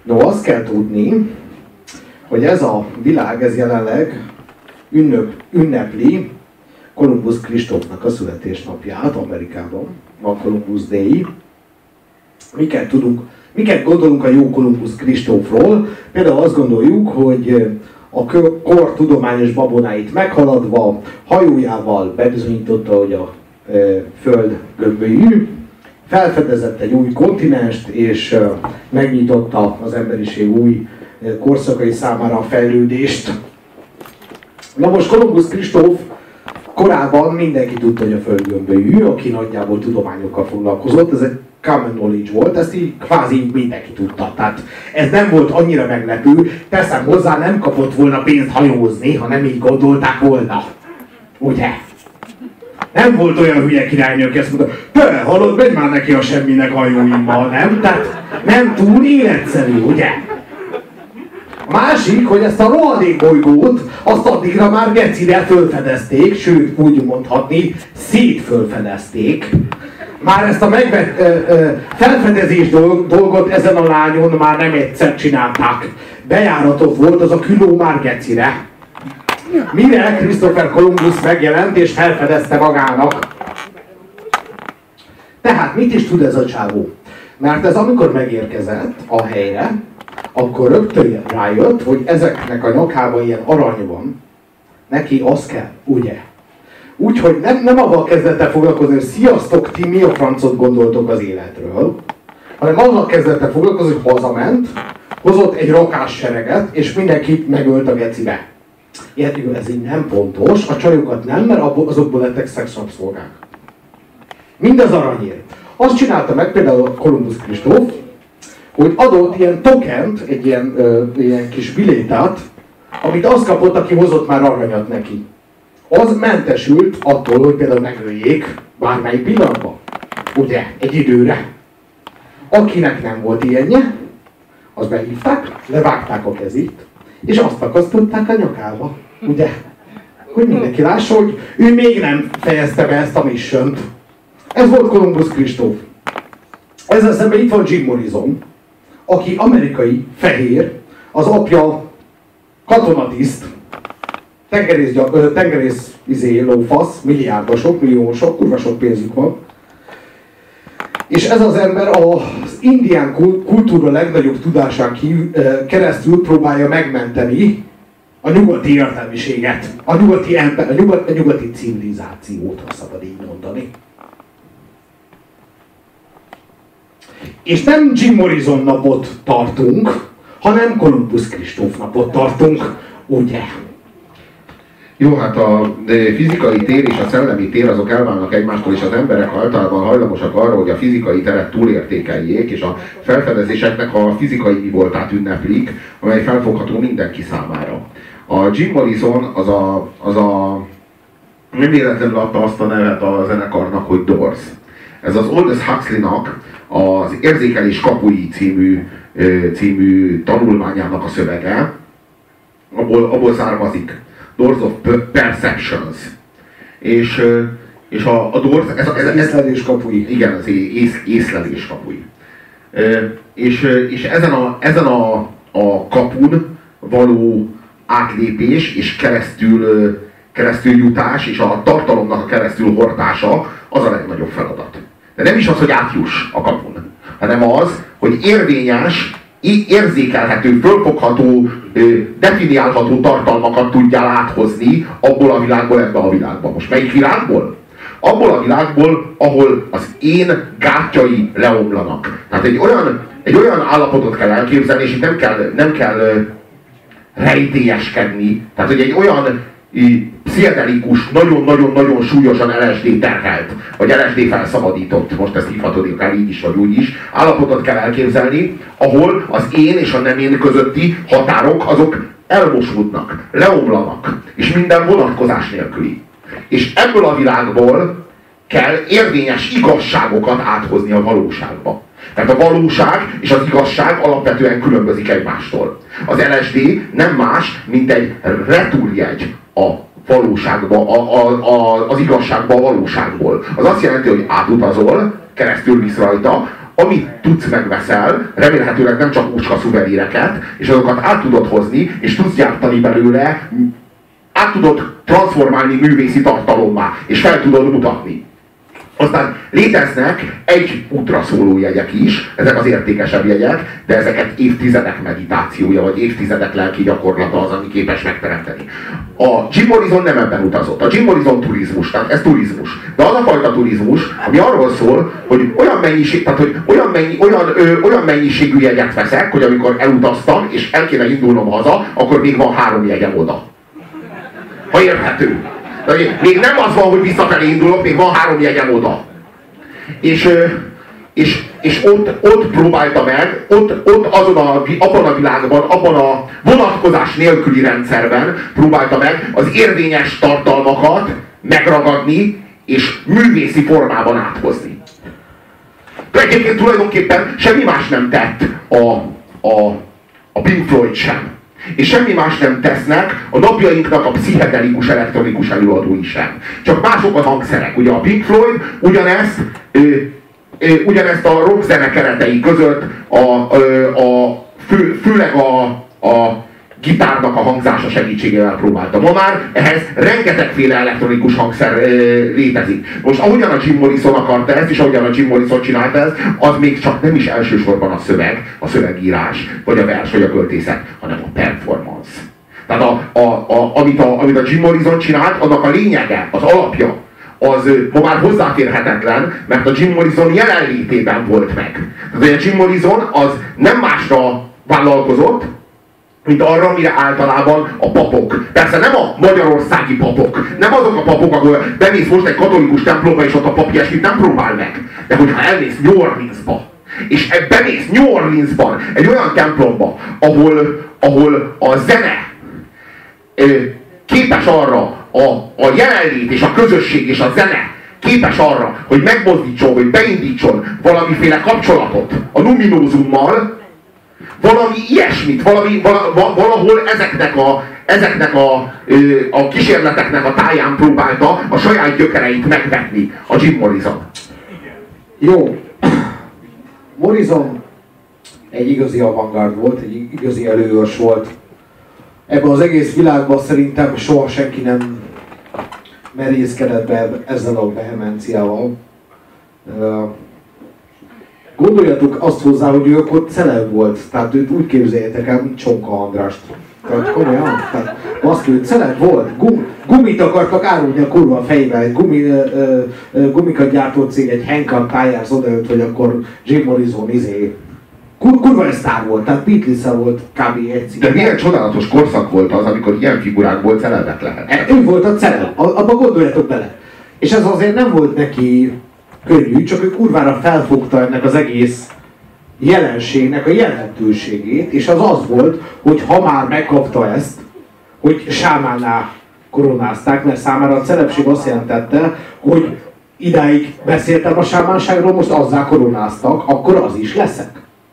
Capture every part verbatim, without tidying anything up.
No, azt kell tudni, hogy ez a világ, ez jelenleg ünnep, ünnepli Kolumbusz Kristófnak a születésnapját Amerikában, a Columbus Day. Miket tudunk, miket gondolunk a jó Kolumbusz Kristófról? Például azt gondoljuk, hogy a kor tudományos babonáit meghaladva, hajójával bebizonyította, hogy a e, Föld gömbölyű, felfedezett egy új kontinenst, és e, megnyitotta az emberiség új e, korszakai számára a fejlődést. Na most Kolumbusz Kristóf korábban mindenki tudta, hogy a Föld gömbölyű, aki nagyjából tudományokkal foglalkozott, ez egy common knowledge volt, ezt így kvázi mindenki tudta. Tehát ez nem volt annyira meglepő, teszem hozzá, nem kapott volna pénzt hajózni, ha nem így gondolták volna. Ugye? Nem volt olyan hülye királynő, aki ezt mondta, te, hallod, menj már neki a semminek hajóimmal, nem? Tehát nem túl életszerű, ugye? A másik, hogy ezt a rohadék bolygót, azt addigra már gecire fölfedezték, sőt, úgy mondhatni, szétfölfedezték. Már ezt a megvet, ö, ö, felfedezés dolgot ezen a lányon már nem egyszer csinálták. Bejáratot volt az a küló már gecire. Mire Christopher Columbus megjelent és felfedezte magának. Tehát mit is tud ez a csávó? Mert ez amikor megérkezett a helyre, akkor rögtön rájött, hogy ezeknek a nyakában ilyen arany van. Neki az kell, ugye? Úgyhogy nem, nem avval kezdett el foglalkozni, hogy sziasztok, ti mi a francot gondoltok az életről, hanem azzal kezdett el foglalkozni, hogy hazament, hozott egy rakás sereget, és mindenkit megölt a gecibe. Értjük, ez így nem pontos, a csajokat nem, mert azokból lettek szexrabszolgák. Mindez aranyért. Azt csinálta meg például Kolumbusz Kristóf, hogy adott ilyen tokent, egy ilyen, ö, ilyen kis bilétát, amit az kapott, aki hozott már aranyat neki. Az mentesült attól, hogy például megöljék bármelyik pillanatban. Ugye? Egy időre. Akinek nem volt ilyenje, az behívták, levágták a kezét, és azt akasztották a nyakába. Ugye? Hogy mindenki lássa, hogy ő még nem fejezte be ezt a missiont. Ez volt Kolumbusz Kristóf. Ezzel szemben itt van Jim Morrison, aki amerikai, fehér, az apja katonatiszt, tengerész, tengerész izé, lófasz, milliárdosok, milliósok, kurva sok pénzük van. És ez az ember az indián kultúra legnagyobb tudásán keresztül próbálja megmenteni a nyugati értelmiséget, a nyugati, ember, a nyugati, a nyugati civilizációt, ha szabad így mondani. És nem Jim Morrison napot tartunk, hanem Kolumbusz Kristóf napot tartunk, ugye? Jó, hát a fizikai tér és a szellemi tér azok elválnak egymástól, és az emberek általában hajlamosak arra, hogy a fizikai teret túlértékeljék, és a felfedezéseknek a fizikai mi voltát ünneplik, amely felfogható mindenki számára. A Jim Morrison az a, az a nem véletlenül adta azt a nevet a zenekarnak, hogy Doors. Ez az Aldous Huxley-nak az Érzékelés kapui című, című tanulmányának a szövege, abból, abból származik. Doors of Perceptions. És, és a, a Doors... Ez, ez, ez, észlelés kapui. Igen, az ész, észlelés kapui. És, és ezen, a, ezen a, a kapun való átlépés és keresztül, keresztül jutás és a tartalomnak a keresztül hordása az a legnagyobb feladat. De nem is az, hogy átjuss a kapun, hanem az, hogy érvényes, érzékelhető, fölfogható, definiálható tartalmakat tudjál áthozni abból a világból ebbe a világba. Most melyik világból? Abból a világból, ahol az én gátjai leomlanak. Tehát egy olyan, egy olyan állapotot kell elképzelni, és itt nem kell, nem kell rejtélyeskedni. Tehát, hogy egy olyan pszichedelikus, nagyon-nagyon-nagyon súlyosan el es dé terhelt, vagy el es dé felszabadított, most ezt hívhatod akár így is, vagy úgy is, állapotot kell elképzelni, ahol az én és a nem én közötti határok azok elmosódnak, leomlanak, és minden vonatkozás nélküli. És ebből a világból kell érvényes igazságokat áthozni a valóságba. Tehát a valóság és az igazság alapvetően különbözik egymástól. Az el es dé nem más, mint egy retúrjegy a valóságba, a, a, a, az igazságba a valóságból. Az azt jelenti, hogy átutazol, keresztül visz rajta, amit tudsz megveszel, remélhetőleg nem csak úcska szuveníreket, és azokat át tudod hozni, és tudsz gyártani belőle, át tudod transformálni művészi tartalommá, és fel tudod mutatni. Aztán léteznek egy útra szóló jegyek is, ezek az értékesebb jegyek, de ezeket évtizedek meditációja, vagy évtizedek lelki gyakorlata az, ami képes megteremteni. A Jim Morrison nem ebben utazott. A Jim Morrison turizmus, tehát ez turizmus. De az a fajta turizmus, ami arról szól, hogy olyan, mennyiség, tehát, hogy olyan, mennyi, olyan, ö, olyan mennyiségű jegyet veszek, hogy amikor elutaztam, és el kéne indulnom haza, akkor még van három jegyem oda. Ha érthető. De még nem az van, hogy visszafelé indulok, még van három jegyem oda. És, és, és ott, ott próbálta meg, ott, ott azon a, abban a világban, abban a vonatkozás nélküli rendszerben próbálta meg az érvényes tartalmakat megragadni, és művészi formában áthozni. De egyébként tulajdonképpen semmi más nem tett a, a, a Pink Floyd sem. És semmi más nem tesznek a napjainknak a pszichedelikus elektronikus előadói sem. Csak mások a hangszerek. Ugye a Pink Floyd ugyanezt, ö, ö, ugyanezt a rockzene keretei között a, ö, a, fő, főleg a, a gitárnak a hangzása segítségével próbálta. Ma már ehhez rengetegféle elektronikus hangszer ö, létezik. Most ahogyan a Jim Morrison akarta ezt, és ahogyan a Jim Morrison csinálta ezt, az még csak nem is elsősorban a szöveg, a szövegírás, vagy a vers, vagy a költészet, hanem a performance. Tehát a, a, a, amit, a, amit a Jim Morrison csinált, annak a lényege, az alapja, az ma már hozzáférhetetlen, mert a Jim Morrison jelenlétében volt meg. Tehát a Jim Morrison az nem másra vállalkozott, mint arra, amire általában a papok. Persze nem a magyarországi papok, nem azok a papok, ahol bemész most egy katolikus templomba, és ott a pap ilyesmit nem próbál meg. De hogyha elmész New Orleansba, és bemész New Orleansban, egy olyan templomba, ahol, ahol a zene képes arra, a, a jelenlét és a közösség és a zene képes arra, hogy megmozdítson, hogy beindítson valamiféle kapcsolatot a numinózummal, valami ilyesmit, valami, valahol ezeknek a, ezeknek a, a kísérleteknek a táján próbálta a saját gyökereit megvetni a Jim Morrison. Jó. Morrison egy igazi avantgárd volt, egy igazi előörs volt. Ebben az egész világban szerintem soha senki nem merészkedett be ezzel a vehemenciával. Gondoljatok azt hozzá, hogy ő akkor celeb volt, tehát őt úgy képzeljétek el, mint Csonka Andrást. Tehát komolyan, tehát baszki, ő celeb volt, Gum, gumit akartak árulni a kurva fejével, egy gumi, ö, ö, gumikat gyártó cég, egy Henkel pályáz odaült, hogy akkor Jim Morrison izé. Kur, kurva egy sztár volt, tehát Beatles-el volt kb. Egy cég. De milyen csodálatos korszak volt az, amikor ilyen figurákból celebek lehetett. Ő volt a celeb, abba gondoljatok bele. És ez azért nem volt neki könnyű, csak ő kurvára felfogta ennek az egész jelenségnek a jelentőségét, és az az volt, hogy ha már megkapta ezt, hogy sámánná koronázták, mert számára a celebség azt jelentette, hogy idáig beszéltem a sámánságról, most azzá koronáztak, akkor az is leszek.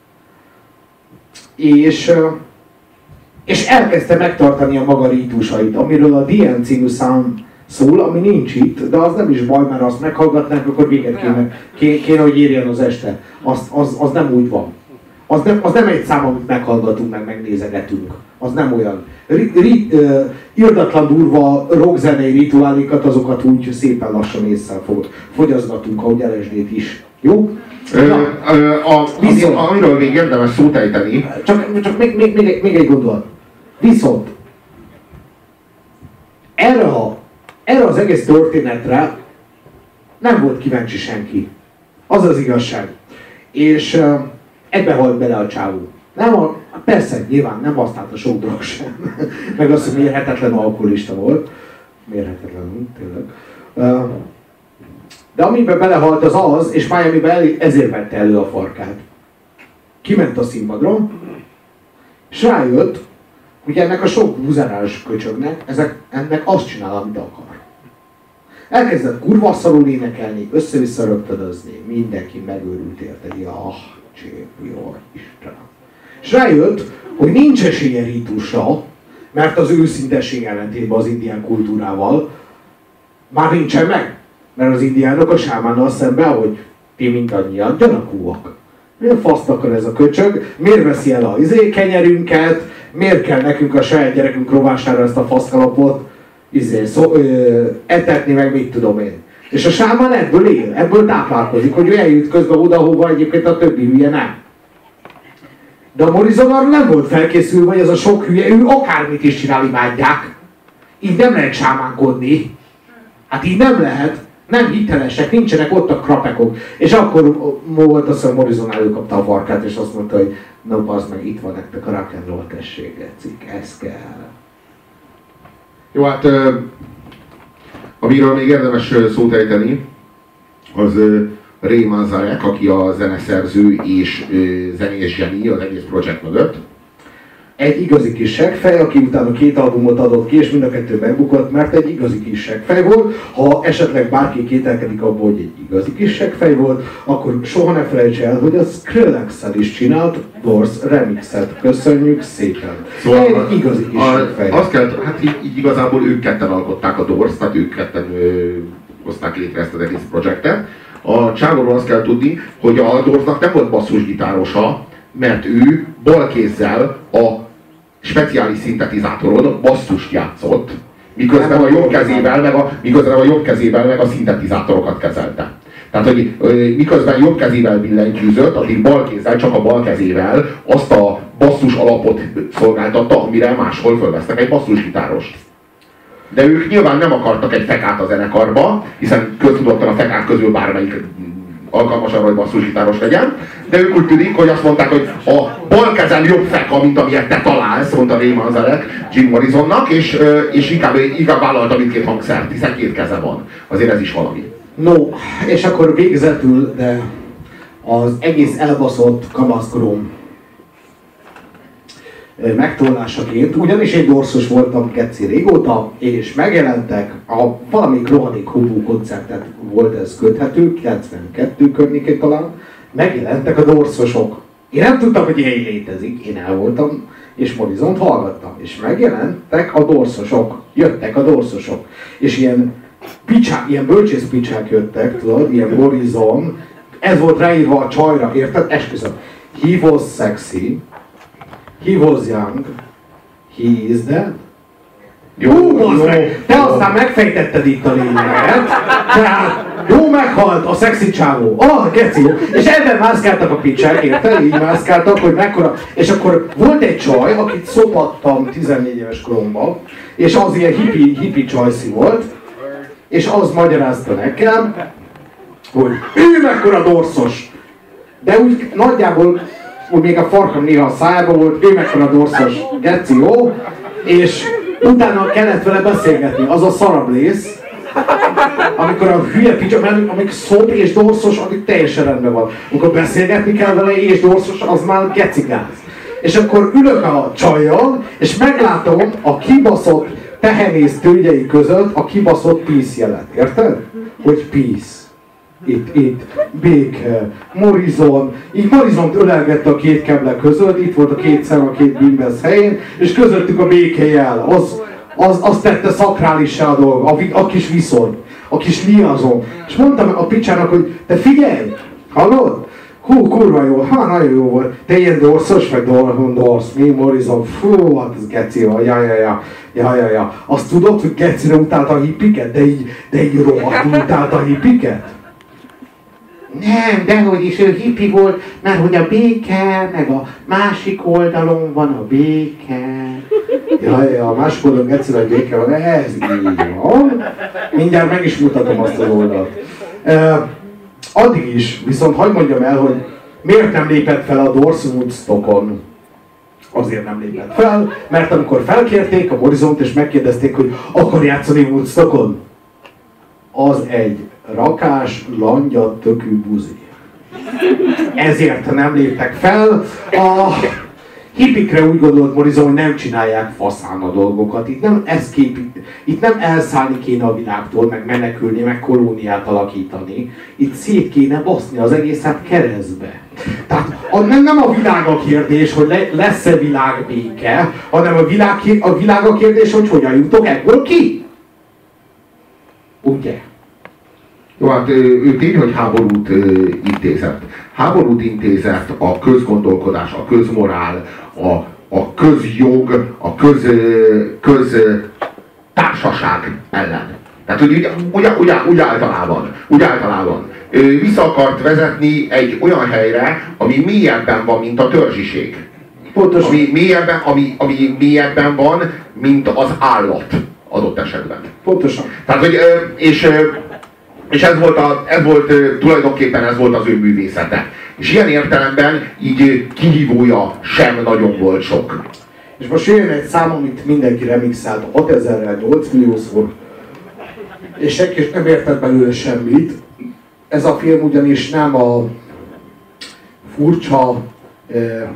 És, és elkezdte megtartani a maga rítusait, amiről a dé en című szám szól, ami nincs itt, de az nem is baj, mert azt meghallgatnánk, akkor véget kéne, kéne, kéne hogy érjen az este. Az, az, az nem úgy van. Az nem, az nem egy szám, amit meghallgatunk, meg megnézegetünk. Az nem olyan. Ri, ri, uh, irdatlan durva rockzenei rituálikat, azokat úgy szépen lassan észre fogyaszgatunk, ahogy el es dét is. Jó? Ö, ö, a, viszont, amiről még érdemes szót ejteni. Csak, csak még, még, még, még egy gondolat. Viszont erre, a, erre az egész történetre nem volt kíváncsi senki. Az az igazság. És uh, ebbe halt bele a csávó. Nem a, persze, nyilván nem használta sok drog sem. Meg azt, hogy mérhetetlen alkoholista volt. Mérhetetlen, tényleg. Uh, de amiben belehalt az az, és Miamiben ezért vette elő a farkát. Kiment a színpadra, és rájött, hogy ennek a sok buzerás köcsögnek, ezek, ennek azt csinál, amit akar. Elkezdett kurva szarul énekelni, össze-vissza rögtönözni, mindenki megőrült érte, ja, csép, jó, Istenem. És rájött, hogy nincs esélye rítusra, mert az őszintesség ellentétben az indián kultúrával már nincsen meg. Mert az indiánok a sámánnal szemben, hogy ti mindannyian gyanakúak. Milyen faszt akar ez a köcsög? Miért veszi el a izé kenyerünket? Miért kell nekünk a saját gyerekünk rovására ezt a faszkalapot izé, szó, ö, etetni, meg mit tudom én. És a sámán ebből él, ebből táplálkozik, hogy ő eljut közben oda, hova egyébként a többi hülye nem. De a Morrison arra nem volt felkészülve, hogy ez a sok hülye, ő akármit is csinál, imádják. Így nem lehet sámánkodni. Hát így nem lehet. Nem hitelesek, nincsenek ott a krapekok. És akkor volt az, hogy Morrison előkapta a farkát, és azt mondta, hogy na bazd meg, itt van nektek a rock and roll, tessék, gecik, ez kell. Jó, hát amiről még érdemes szót ejteni, az Ray Manzarek, aki a zeneszerző és zenés zseni az egész projekt mögött. Egy igazi kis seggfej, aki utána két albumot adott ki, és mind a kettő megbukott, mert egy igazi kis seggfej volt. Ha esetleg bárki kételkedik abból, hogy egy igazi kis seggfej volt, akkor soha ne felejts el, hogy a Skrillex-szel is csinált Doors remixet. Köszönjük szépen! Szóval egy igazi kis seggfej. Azt kell, hát így, így igazából ők ketten alkották a Doors, tehát ők ketten ö, hozták létre ezt az egész projektet. A csávóról azt kell tudni, hogy a Doorsnak nem volt basszusgitárosa, mert ő balkézzel a speciális szintetizátoron basszust játszott, miközben a jobb kezével meg a, miközben a jobb kezével meg a szintetizátorokat kezelte. Tehát, hogy miközben jobb kezével billentyűzött, addig bal kézzel, csak a bal kezével azt a basszus alapot szolgáltatta, amire máshol fölvesznek egy basszusgitárost. De ők nyilván nem akartak egy fekát a zenekarba, hiszen köztudottan a fekák közül bármelyik alkalmas arra, hogy basszusgitáros legyen, de ők úgy tűnik, hogy azt mondták, hogy a bal kezen jobb feka, mint amilyet te találsz, mondta Ray Manzarek Jim Morrisonnak, és, és inkább, inkább vállalta mindkét hangszert, hiszen két keze van. Azért ez is valami. No, és akkor végzetül, de az egész elbaszott kamaszkorom megtorlásaként, ugyanis én dorszos voltam keci régóta, és megjelentek, a valamelyik rohadék húvó koncertet volt ez köthető, kilencvenkettő környékén talán, megjelentek a dorszosok. Én nem tudtam, hogy ilyen létezik, én el voltam, és Morrisont hallgattam, és megjelentek a dorszosok, jöttek a dorszosok, és ilyen picsák, ilyen bölcsész picsák jöttek, tudod, ilyen Morrison, ez volt ráírva a csajra, érted? Esküszöm. He was sexy, he was young, he is dead. Jó, jó, jó, te aztán megfejtetted itt a lényeget, tehát jó, meghalt a szexi csávó, ah, geci, és ebben mászkáltak a picsák, érted? Így mászkáltak, hogy mekkora, és akkor volt egy csaj, akit szopattam tizennégy éves koromban, és az ilyen hippi, hippi csajszi volt, és az magyarázta nekem, hogy ő mekkora dorszos, de úgy nagyjából, úgy még a farkam néha a szájában volt, ő mekkora dorszos, geci, jó, és utána kellett vele beszélgetni, az a szarablész, amikor a hülye picsa, mert amíg szop és dorszos, addig teljesen rendben van. Amikor beszélgetni kell vele és dorszos, az már gecigáz. És akkor ülök a csajjal, és meglátom a kibaszott tehenész tőgyei között a kibaszott peace jelet. Érted? Hogy peace. Itt, itt, béke, Morrison, így Morrisont ölelgette a két keble között, itt volt a két szem a két bimbesz helyén, és közöttük a békejel, az, az, az tette szakrálissá a dolog, a, a kis viszony, a kis liazon. És mondtam a picsának, hogy te figyelj, hallod? Hú, kurva jó, hát nagyon jó volt. Te ilyen dorszos, meg dorsz, mi Morrison, fú, hát ez geci, ja, ja, ja, ja, ja, ja. Azt tudod, hogy gecire utálta a hippiket, de így, de így rohadtul utálta a hippiket? Nem, dehogy is ő hippi volt, mert hogy a béke, meg a másik oldalon van a béke. Jaj, ja, a másik oldalon egyszerűen a béke van, ez így van. Mindjárt meg is mutatom azt az oldalt. Uh, addig is, viszont hagyd mondjam el, hogy miért nem lépett fel a Doors Woodstockon. Azért nem lépett fel, mert amikor felkérték a Morrisont és megkérdezték, hogy akar játszani Woodstockon, az egy rakás, langyad, tökű buzi. Ezért nem léptek fel. A hippikre úgy gondolt Morrison, hogy nem csinálják faszán a dolgokat. Itt nem, ez kép, itt nem elszállni kéne a világtól, meg menekülni, meg kolóniát alakítani. Itt szét kéne baszni az egészet keresztbe. Tehát a, nem, nem a világ a kérdés, hogy le, lesz-e világbéke, hanem a világ, a világ a kérdés, hogy hogyan jutok ebből ki. Ugye? Jó, hát ő tény, hogy háborút intézett. háborút intézett a közgondolkodás, a közmorál, a, a közjog, a köz, köz társaság ellen. Tehát úgy, úgy, úgy, úgy, úgy általában, úgy általában vissza akart vezetni egy olyan helyre, ami mélyebben van, mint a törzsiség. Pontosan. Ami mélyebben, ami, ami mélyebben van, mint az állat adott esetben. Pontosan. Tehát, hogy, és, és ez volt, a, ez volt tulajdonképpen ez volt az ő művészete. És ilyen értelemben így kihívója sem nagyon volt sok. És most jön egy szám, amit mindenki remixált hatezerrel, nyolc milliószor, és senki nem értett belőle semmit. Ez a film ugyanis nem a furcsa, eh,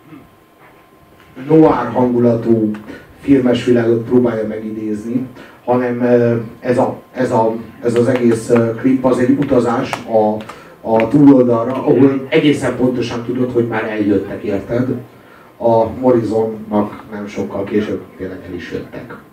noir hangulatú filmes világot próbálja megidézni, hanem eh, ez, a, ez, a, ez az egész eh, klip az egy utazás a, a túloldalra, ahol egészen pontosan tudod, hogy már eljöttek, érted? A Morrisonnak nem sokkal később tényleg el is jöttek.